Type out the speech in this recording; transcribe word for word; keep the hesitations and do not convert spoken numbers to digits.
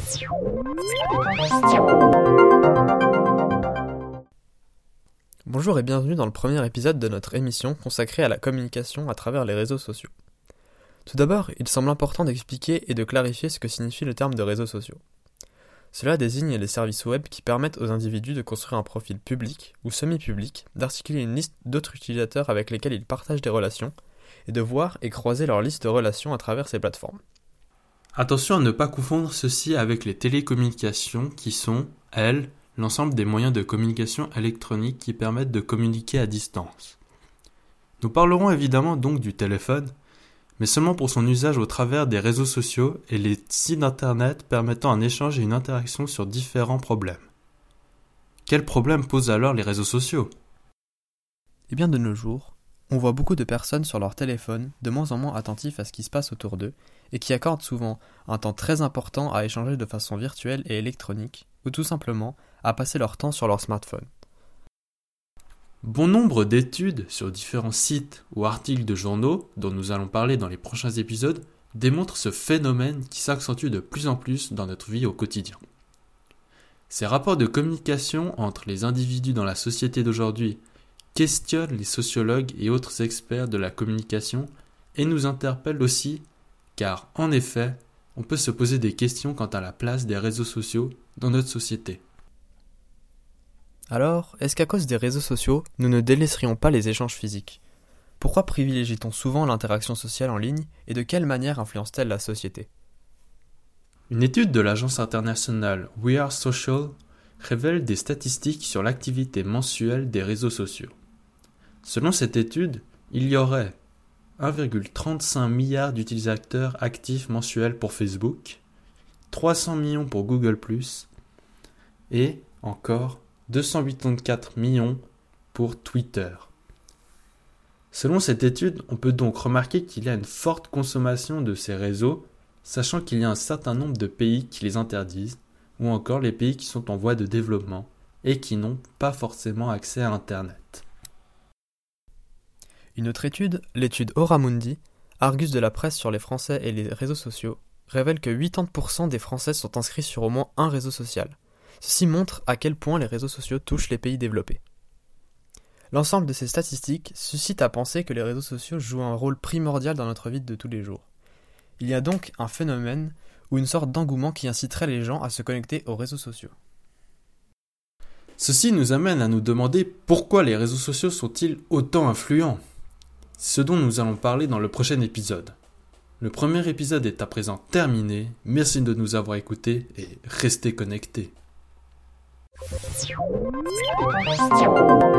Bonjour et bienvenue dans le premier épisode de notre émission consacrée à la communication à travers les réseaux sociaux. Tout d'abord, il semble important d'expliquer et de clarifier ce que signifie le terme de réseaux sociaux. Cela désigne les services web qui permettent aux individus de construire un profil public ou semi-public, d'articuler une liste d'autres utilisateurs avec lesquels ils partagent des relations, et de voir et croiser leur liste de relations à travers ces plateformes. Attention à ne pas confondre ceci avec les télécommunications qui sont, elles, l'ensemble des moyens de communication électronique qui permettent de communiquer à distance. Nous parlerons évidemment donc du téléphone, mais seulement pour son usage au travers des réseaux sociaux et les sites internet permettant un échange et une interaction sur différents problèmes. Quels problèmes posent alors les réseaux sociaux ? Eh bien de nos jours, on voit beaucoup de personnes sur leur téléphone de moins en moins attentifs à ce qui se passe autour d'eux et qui accordent souvent un temps très important à échanger de façon virtuelle et électronique ou tout simplement à passer leur temps sur leur smartphone. Bon nombre d'études sur différents sites ou articles de journaux, dont nous allons parler dans les prochains épisodes, démontrent ce phénomène qui s'accentue de plus en plus dans notre vie au quotidien. Ces rapports de communication entre les individus dans la société d'aujourd'hui questionnent les sociologues et autres experts de la communication et nous interpellent aussi, car en effet, on peut se poser des questions quant à la place des réseaux sociaux dans notre société. Alors, est-ce qu'à cause des réseaux sociaux, nous ne délaisserions pas les échanges physiques ? Pourquoi privilégie-t-on souvent l'interaction sociale en ligne et de quelle manière influence-t-elle la société ? Une étude de l'agence internationale We Are Social révèle des statistiques sur l'activité mensuelle des réseaux sociaux. Selon cette étude, il y aurait un virgule trente-cinq milliard d'utilisateurs actifs mensuels pour Facebook, trois cents millions pour Google plus, et encore deux cent quatre-vingt-quatre millions pour Twitter. Selon cette étude, on peut donc remarquer qu'il y a une forte consommation de ces réseaux, sachant qu'il y a un certain nombre de pays qui les interdisent, ou encore les pays qui sont en voie de développement et qui n'ont pas forcément accès à Internet. Une autre étude, l'étude Auramundi, Argus de la presse sur les Français et les réseaux sociaux, révèle que quatre-vingts pour cent des Français sont inscrits sur au moins un réseau social. Ceci montre à quel point les réseaux sociaux touchent les pays développés. L'ensemble de ces statistiques suscite à penser que les réseaux sociaux jouent un rôle primordial dans notre vie de tous les jours. Il y a donc un phénomène ou une sorte d'engouement qui inciterait les gens à se connecter aux réseaux sociaux. Ceci nous amène à nous demander pourquoi les réseaux sociaux sont-ils autant influents ? C'est ce dont nous allons parler dans le prochain épisode. Le premier épisode est à présent terminé, merci de nous avoir écoutés et restez connectés.